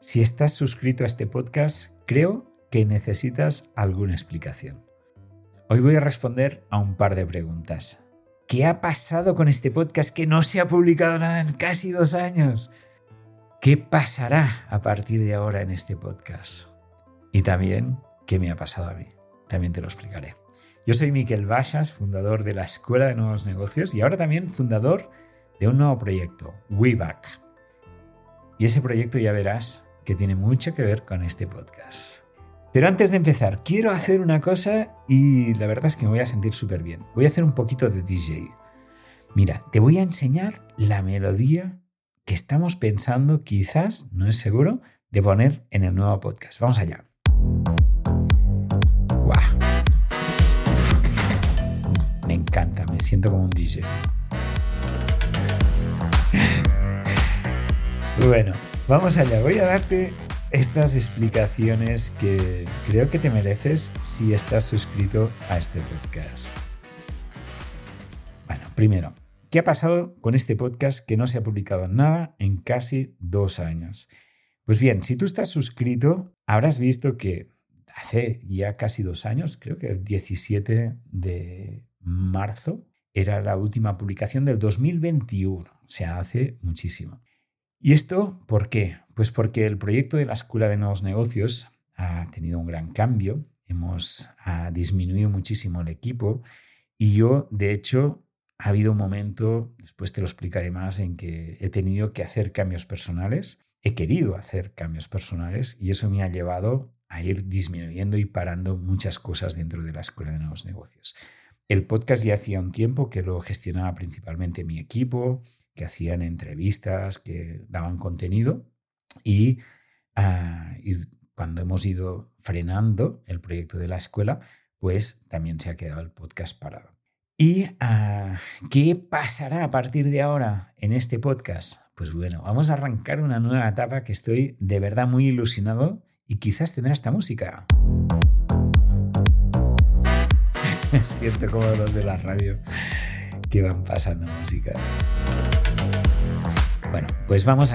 Si estás suscrito a este podcast, creo que necesitas alguna explicación. Hoy voy a responder a un par de preguntas. ¿Qué ha pasado con este podcast que no se ha publicado nada en casi 2 años? ¿Qué pasará a partir de ahora en este podcast? Y también, ¿qué me ha pasado a mí? También te lo explicaré. Yo soy Miquel Baixas, fundador de la Escuela de Nuevos Negocios y ahora también fundador de un nuevo proyecto, WeBack. Y ese proyecto ya verás que tiene mucho que ver con este podcast. Pero antes de empezar, quiero hacer una cosa y la verdad es que me voy a sentir súper bien. Voy a hacer un poquito de DJ. Mira, te voy a enseñar la melodía que estamos pensando, quizás, no es seguro, de poner en el nuevo podcast. Vamos allá. ¡Guau! Me encanta, me siento como un DJ. Bueno, vamos allá. Voy a darte estas explicaciones que creo que te mereces si estás suscrito a este podcast. Bueno, primero, ¿qué ha pasado con este podcast que no se ha publicado nada en casi 2 años? Pues bien, si tú estás suscrito, habrás visto que hace ya casi 2 años, creo que el 17 de marzo, era la última publicación del 2021, o sea, hace muchísimo. ¿Y esto por qué? Pues porque el proyecto de la Escuela de Nuevos Negocios ha tenido un gran cambio, ha disminuido muchísimo el equipo y yo, de hecho, ha habido un momento, después te lo explicaré más, en que he tenido que hacer cambios personales, he querido hacer cambios personales y eso me ha llevado a ir disminuyendo y parando muchas cosas dentro de la Escuela de Nuevos Negocios. El podcast ya hacía un tiempo que lo gestionaba principalmente mi equipo, que hacían entrevistas, que daban contenido y cuando hemos ido frenando el proyecto de la escuela, pues también se ha quedado el podcast parado. ¿Y qué pasará a partir de ahora en este podcast? Pues bueno, vamos a arrancar una nueva etapa que estoy de verdad muy ilusionado y quizás tendrá esta música. Me siento como los de la radio que van pasando música. Bueno, pues vamos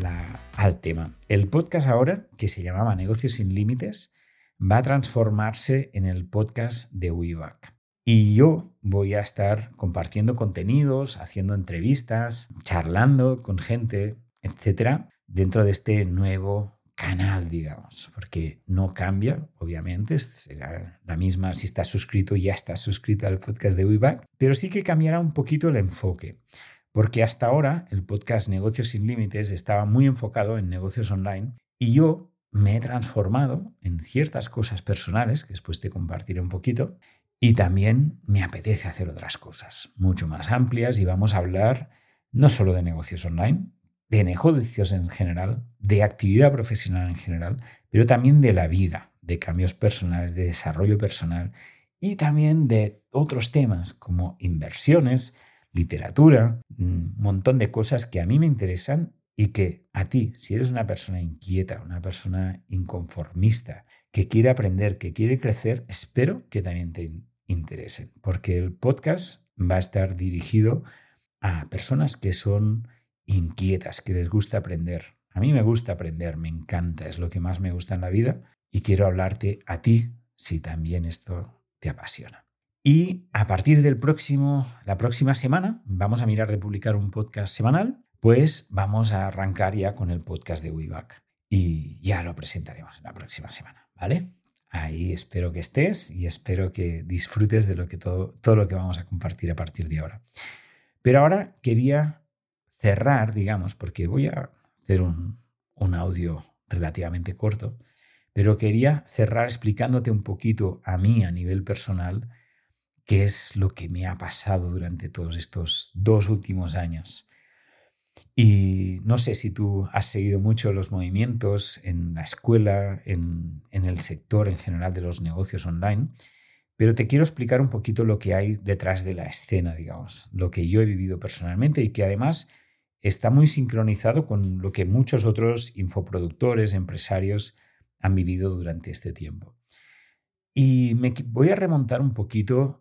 al tema. El podcast ahora, que se llamaba Negocios sin Límites, va a transformarse en el podcast de WeBack. Y yo voy a estar compartiendo contenidos, haciendo entrevistas, charlando con gente, etcétera, dentro de este nuevo canal, digamos, porque no cambia, obviamente, será la misma. Si estás suscrito, ya estás suscrito al podcast de WeBack, pero sí que cambiará un poquito el enfoque. Porque hasta ahora el podcast Negocios sin Límites estaba muy enfocado en negocios online y yo me he transformado en ciertas cosas personales, que después te compartiré un poquito, y también me apetece hacer otras cosas mucho más amplias y vamos a hablar no solo de negocios online, de negocios en general, de actividad profesional en general, pero también de la vida, de cambios personales, de desarrollo personal y también de otros temas como inversiones, literatura, un montón de cosas que a mí me interesan y que a ti, si eres una persona inquieta, una persona inconformista, que quiere aprender, que quiere crecer, espero que también te interesen, porque el podcast va a estar dirigido a personas que son inquietas, que les gusta aprender. A mí me gusta aprender, me encanta, es lo que más me gusta en la vida y quiero hablarte a ti si también esto te apasiona. Y a partir la próxima semana, vamos a mirar de publicar un podcast semanal, pues vamos a arrancar ya con el podcast de WeBack y ya lo presentaremos en la próxima semana, ¿vale? Ahí espero que estés y espero que disfrutes de todo lo que vamos a compartir a partir de ahora. Pero ahora quería cerrar, digamos, porque voy a hacer un audio relativamente corto, pero quería cerrar explicándote un poquito a mí a nivel personal qué es lo que me ha pasado durante todos estos 2 últimos años. Y no sé si tú has seguido mucho los movimientos en la escuela, en el sector en general de los negocios online, pero te quiero explicar un poquito lo que hay detrás de la escena, digamos, lo que yo he vivido personalmente y que además está muy sincronizado con lo que muchos otros infoproductores, empresarios han vivido durante este tiempo. Y me voy a remontar un poquito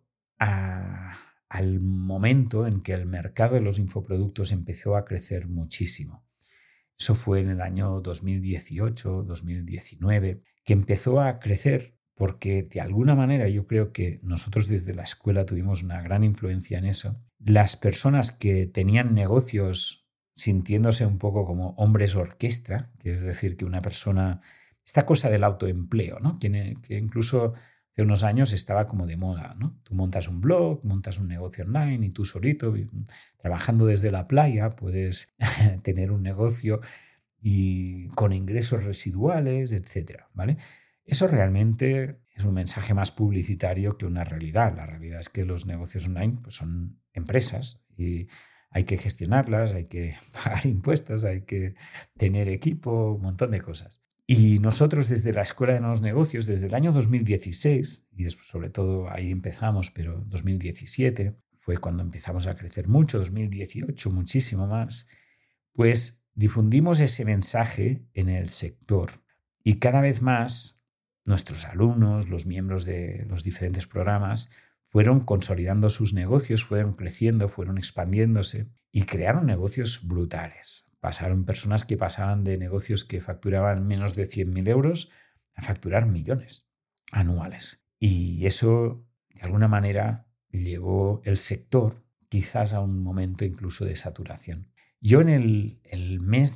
al momento en que el mercado de los infoproductos empezó a crecer muchísimo. Eso fue en el año 2018, 2019, que empezó a crecer porque de alguna manera yo creo que nosotros desde la escuela tuvimos una gran influencia en eso. Las personas que tenían negocios sintiéndose un poco como hombres orquesta, que es decir, que una persona, esta cosa del autoempleo, ¿no? Que incluso hace unos años estaba como de moda, ¿no? Tú montas un blog, montas un negocio online y tú solito, trabajando desde la playa, puedes tener un negocio y con ingresos residuales, etcétera, ¿vale? Eso realmente es un mensaje más publicitario que una realidad. La realidad es que los negocios online pues, son empresas y hay que gestionarlas, hay que pagar impuestos, hay que tener equipo, un montón de cosas. Y nosotros desde la Escuela de Nuevos Negocios, desde el año 2016, y sobre todo ahí empezamos, pero 2017 fue cuando empezamos a crecer mucho, 2018 muchísimo más, pues difundimos ese mensaje en el sector y cada vez más nuestros alumnos, los miembros de los diferentes programas, fueron consolidando sus negocios, fueron creciendo, fueron expandiéndose y crearon negocios brutales. Pasaron personas que pasaban de negocios que facturaban menos de 100.000 euros a facturar millones anuales. Y eso, de alguna manera, llevó el sector quizás a un momento incluso de saturación. Yo en el mes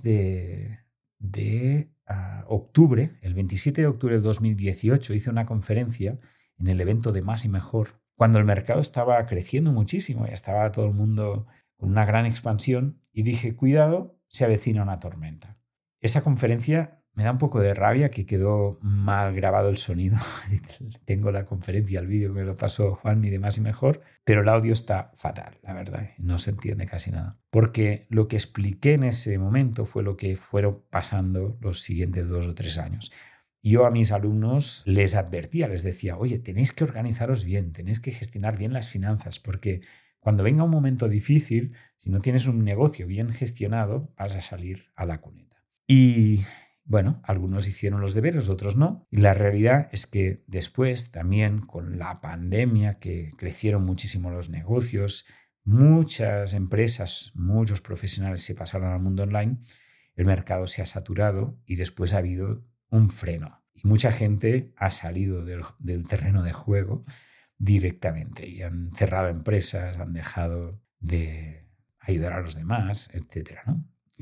de octubre, el 27 de octubre de 2018, hice una conferencia en el evento de Más y Mejor, cuando el mercado estaba creciendo muchísimo y estaba todo el mundo con una gran expansión, y dije, cuidado, se avecina una tormenta. Esa conferencia me da un poco de rabia que quedó mal grabado el sonido. Tengo la conferencia, el vídeo que me lo pasó Juan y de Más y Mejor, pero el audio está fatal, la verdad. No se entiende casi nada. Porque lo que expliqué en ese momento fue lo que fueron pasando los siguientes 2 o 3 años. Yo a mis alumnos les advertía, les decía, oye, tenéis que organizaros bien, tenéis que gestionar bien las finanzas, porque cuando venga un momento difícil, si no tienes un negocio bien gestionado, vas a salir a la cuneta. Y bueno, algunos hicieron los deberes, otros no. Y la realidad es que después, también con la pandemia, que crecieron muchísimo los negocios, muchas empresas, muchos profesionales se pasaron al mundo online, el mercado se ha saturado y después ha habido un freno. Y mucha gente ha salido del terreno de juego directamente y han cerrado empresas, han dejado de ayudar a los demás, etcétera, ¿no?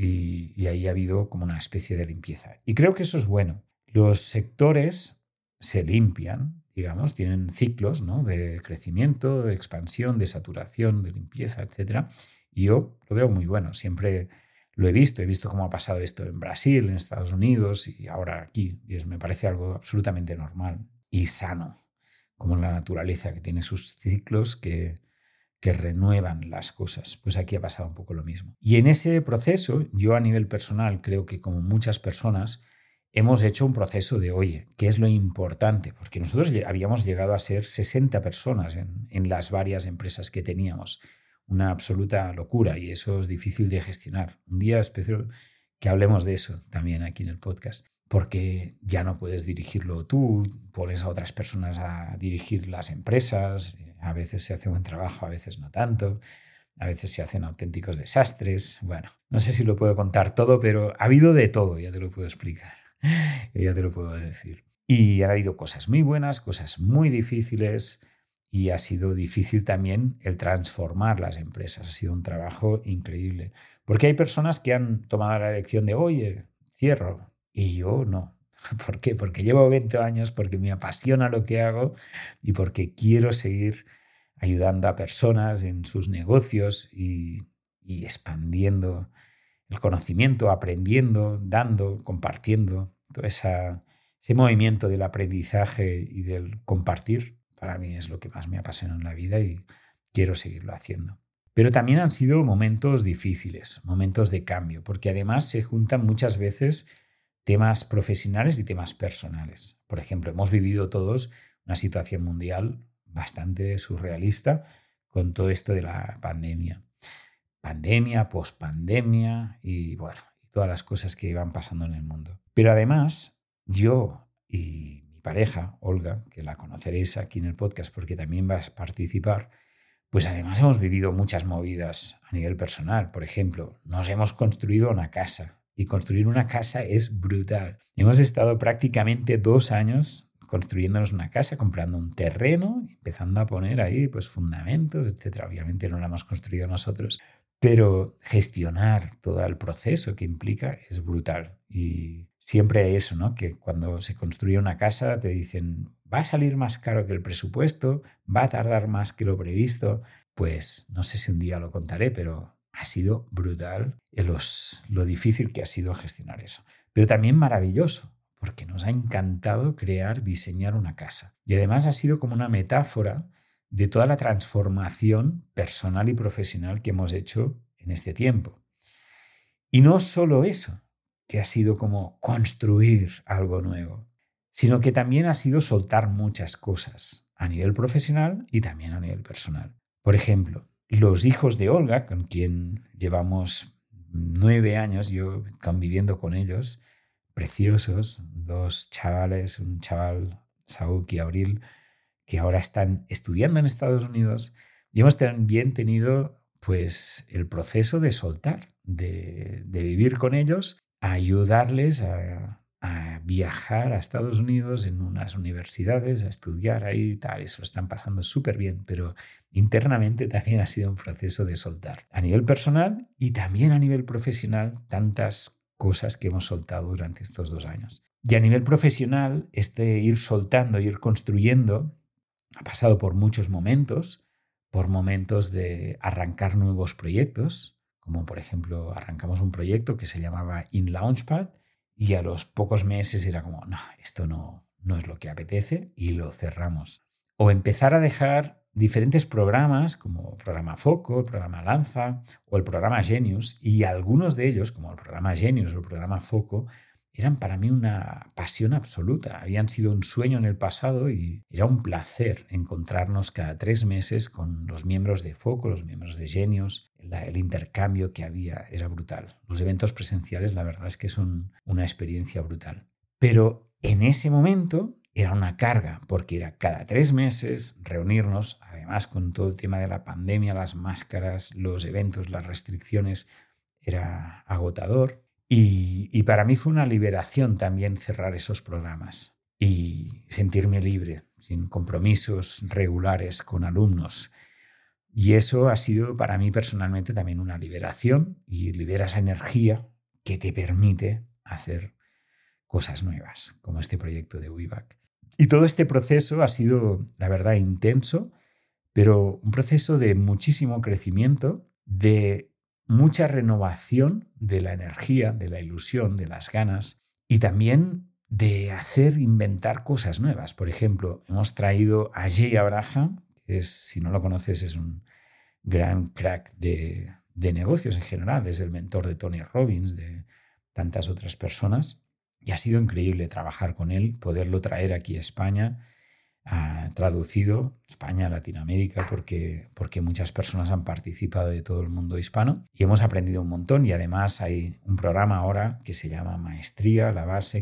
Y ahí ha habido como una especie de limpieza. Y creo que eso es bueno. Los sectores se limpian, digamos, tienen ciclos, ¿no? De crecimiento, de expansión, de saturación, de limpieza, etcétera. Y yo lo veo muy bueno. Siempre lo he visto cómo ha pasado esto en Brasil, en Estados Unidos y ahora aquí. Y me parece algo absolutamente normal y sano, como la naturaleza, que tiene sus ciclos que renuevan las cosas. Pues aquí ha pasado un poco lo mismo. Y en ese proceso, yo a nivel personal creo que como muchas personas hemos hecho un proceso de, oye, ¿qué es lo importante? Porque nosotros habíamos llegado a ser 60 personas en las varias empresas que teníamos. Una absoluta locura y eso es difícil de gestionar. Un día espero que hablemos de eso también aquí en el podcast, porque ya no puedes dirigirlo tú, pones a otras personas a dirigir las empresas, a veces se hace buen trabajo, a veces no tanto, a veces se hacen auténticos desastres. Bueno, no sé si lo puedo contar todo, pero ha habido de todo, ya te lo puedo explicar, ya te lo puedo decir. Y han habido cosas muy buenas, cosas muy difíciles, y ha sido difícil también el transformar las empresas. Ha sido un trabajo increíble, porque hay personas que han tomado la elección de, oye, cierro, y yo no. ¿Por qué? Porque llevo 20 años, porque me apasiona lo que hago y porque quiero seguir ayudando a personas en sus negocios y expandiendo el conocimiento, aprendiendo, dando, compartiendo. Todo ese movimiento del aprendizaje y del compartir, para mí es lo que más me apasiona en la vida y quiero seguirlo haciendo. Pero también han sido momentos difíciles, momentos de cambio, porque además se juntan muchas veces temas profesionales y temas personales. Por ejemplo, hemos vivido todos una situación mundial bastante surrealista con todo esto de la pandemia. Pandemia, pospandemia y bueno, y todas las cosas que iban pasando en el mundo. Pero además, yo y mi pareja, Olga, que la conoceréis aquí en el podcast porque también vas a participar, pues además hemos vivido muchas movidas a nivel personal. Por ejemplo, nos hemos construido una casa y construir una casa es brutal. Hemos estado prácticamente 2 años construyéndonos una casa, comprando un terreno, empezando a poner ahí pues fundamentos, etcétera. Obviamente no la hemos construido nosotros, pero gestionar todo el proceso que implica es brutal. Y siempre hay eso, ¿no? Que cuando se construye una casa te dicen, va a salir más caro que el presupuesto, va a tardar más que lo previsto. Pues no sé si un día lo contaré, pero ha sido brutal lo difícil que ha sido gestionar eso. Pero también maravilloso, porque nos ha encantado diseñar una casa. Y además ha sido como una metáfora de toda la transformación personal y profesional que hemos hecho en este tiempo. Y no solo eso, que ha sido como construir algo nuevo, sino que también ha sido soltar muchas cosas a nivel profesional y también a nivel personal. Por ejemplo, los hijos de Olga, con quien llevamos 9 años yo conviviendo con ellos, preciosos, 2 chavales, un chaval, Saúl y Abril, que ahora están estudiando en Estados Unidos, y hemos también tenido pues el proceso de soltar, de vivir con ellos, a ayudarles a viajar a Estados Unidos en unas universidades, a estudiar ahí y tal. Eso lo están pasando súper bien, pero internamente también ha sido un proceso de soltar. A nivel personal y también a nivel profesional, tantas cosas que hemos soltado durante estos 2 años. Y a nivel profesional, ir soltando, ir construyendo, ha pasado por muchos momentos, por momentos de arrancar nuevos proyectos, como por ejemplo arrancamos un proyecto que se llamaba InLaunchpad y a los pocos meses era como, no, esto no es lo que apetece y lo cerramos. O empezar a dejar diferentes programas como el programa Foco, el programa Lanza o el programa Genius, y algunos de ellos, como el programa Genius o el programa Foco, eran para mí una pasión absoluta. Habían sido un sueño en el pasado y era un placer encontrarnos cada 3 meses con los miembros de Foco, los miembros de Genius. El intercambio que había era brutal. Los eventos presenciales, la verdad es que son una experiencia brutal. Pero en ese momento era una carga, porque era cada 3 meses reunirnos, además con todo el tema de la pandemia, las máscaras, los eventos, las restricciones, era agotador. Y para mí fue una liberación también cerrar esos programas y sentirme libre, sin compromisos regulares con alumnos. Y eso ha sido para mí personalmente también una liberación y libera esa energía que te permite hacer cosas nuevas, como este proyecto de WeBack. Y todo este proceso ha sido, la verdad, intenso, pero un proceso de muchísimo crecimiento, de mucha renovación de la energía, de la ilusión, de las ganas y también de inventar cosas nuevas. Por ejemplo, hemos traído a Jay Abraham, que si no lo conoces, es un gran crack de negocios en general, es el mentor de Tony Robbins, de tantas otras personas, y ha sido increíble trabajar con él, poderlo traer aquí a España, traducido España, Latinoamérica, porque muchas personas han participado de todo el mundo hispano y hemos aprendido un montón. Y además hay un programa ahora que se llama Maestría, la base,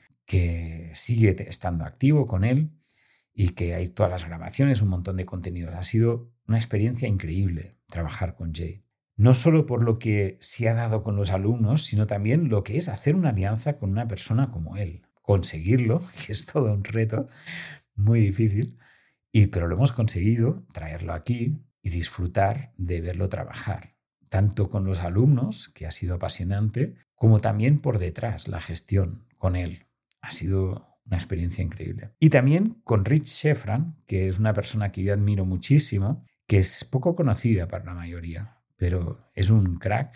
que sigue estando activo con él y que hay todas las grabaciones, un montón de contenidos. Ha sido una experiencia increíble trabajar con Jay. No solo por lo que se ha dado con los alumnos, sino también lo que es hacer una alianza con una persona como él. Conseguirlo, que es todo un reto, muy difícil, pero lo hemos conseguido, traerlo aquí y disfrutar de verlo trabajar, tanto con los alumnos, que ha sido apasionante, como también por detrás, la gestión con él. Ha sido una experiencia increíble. Y también con Rich Shefran, que es una persona que yo admiro muchísimo, que es poco conocida para la mayoría, pero es un crack.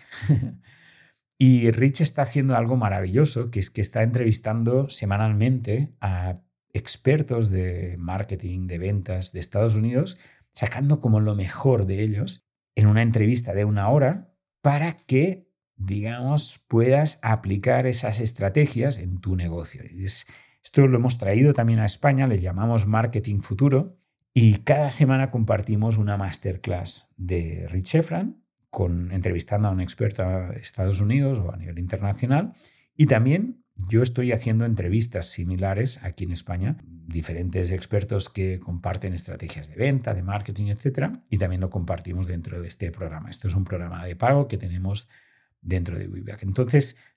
Y Rich está haciendo algo maravilloso, que es que está entrevistando semanalmente a expertos de marketing, de ventas de Estados Unidos, sacando como lo mejor de ellos en una entrevista de 1 hora para que, digamos, puedas aplicar esas estrategias en tu negocio. Esto lo hemos traído también a España, le llamamos Marketing Futuro, y cada semana compartimos una masterclass de Rich Shefran, entrevistando a un experto a Estados Unidos o a nivel internacional, y también yo estoy haciendo entrevistas similares aquí en España, diferentes expertos que comparten estrategias de venta, de marketing, etcétera, y también lo compartimos dentro de este programa. Esto es un programa de pago que tenemos dentro de WeBack. Entonces,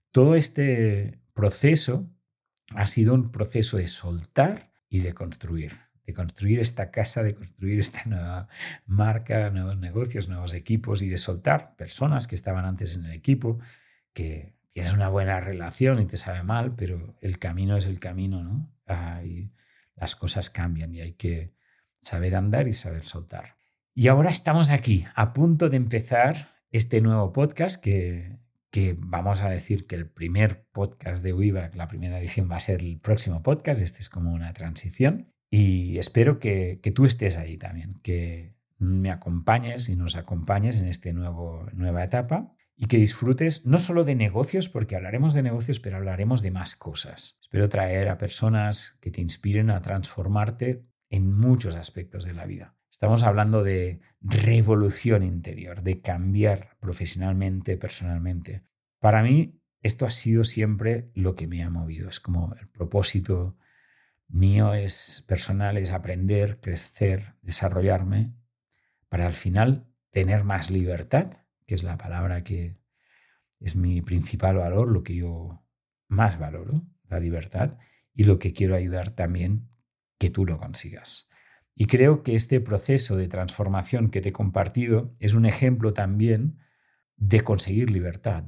todo este proceso ha sido un proceso de soltar y de construir esta casa, de construir esta nueva marca, nuevos negocios, nuevos equipos y de soltar personas que estaban antes en el equipo, que tienes una buena relación y te sabe mal, pero el camino es el camino, ¿no? Y las cosas cambian y hay que saber andar y saber soltar. Y ahora estamos aquí, a punto de empezar este nuevo podcast que vamos a decir que el primer podcast de WeBack, la primera edición, va a ser el próximo podcast. Este es como una transición. Y espero que tú estés ahí también, que me acompañes y nos acompañes en esta nueva etapa y que disfrutes no solo de negocios, porque hablaremos de negocios, pero hablaremos de más cosas. Espero traer a personas que te inspiren a transformarte en muchos aspectos de la vida. Estamos hablando de revolución interior, de cambiar profesionalmente, personalmente. Para mí, esto ha sido siempre lo que me ha movido. Es como el propósito mío es personal, es aprender, crecer, desarrollarme, para al final tener más libertad, que es la palabra que es mi principal valor, lo que yo más valoro, la libertad, y lo que quiero ayudar también que tú lo consigas. Y creo que este proceso de transformación que te he compartido es un ejemplo también de conseguir libertad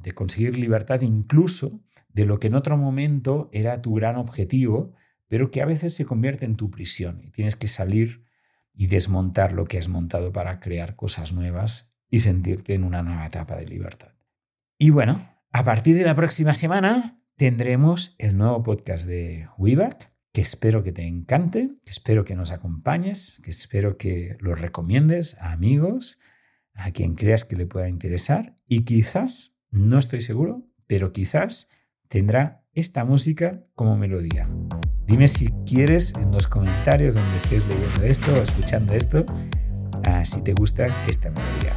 incluso de lo que en otro momento era tu gran objetivo, pero que a veces se convierte en tu prisión y tienes que salir y desmontar lo que has montado para crear cosas nuevas y sentirte en una nueva etapa de libertad. Y bueno, a partir de la próxima semana tendremos el nuevo podcast de WeBack, que espero que te encante, que espero que nos acompañes, que espero que lo recomiendes a amigos, a quien creas que le pueda interesar y quizás, no estoy seguro, pero quizás tendrá esta música como melodía. Dime si quieres en los comentarios donde estés leyendo esto o escuchando esto, si te gusta esta melodía.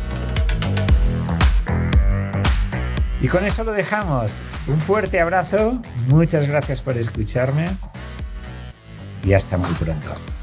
Y con eso lo dejamos. Un fuerte abrazo, muchas gracias por escucharme y hasta muy pronto.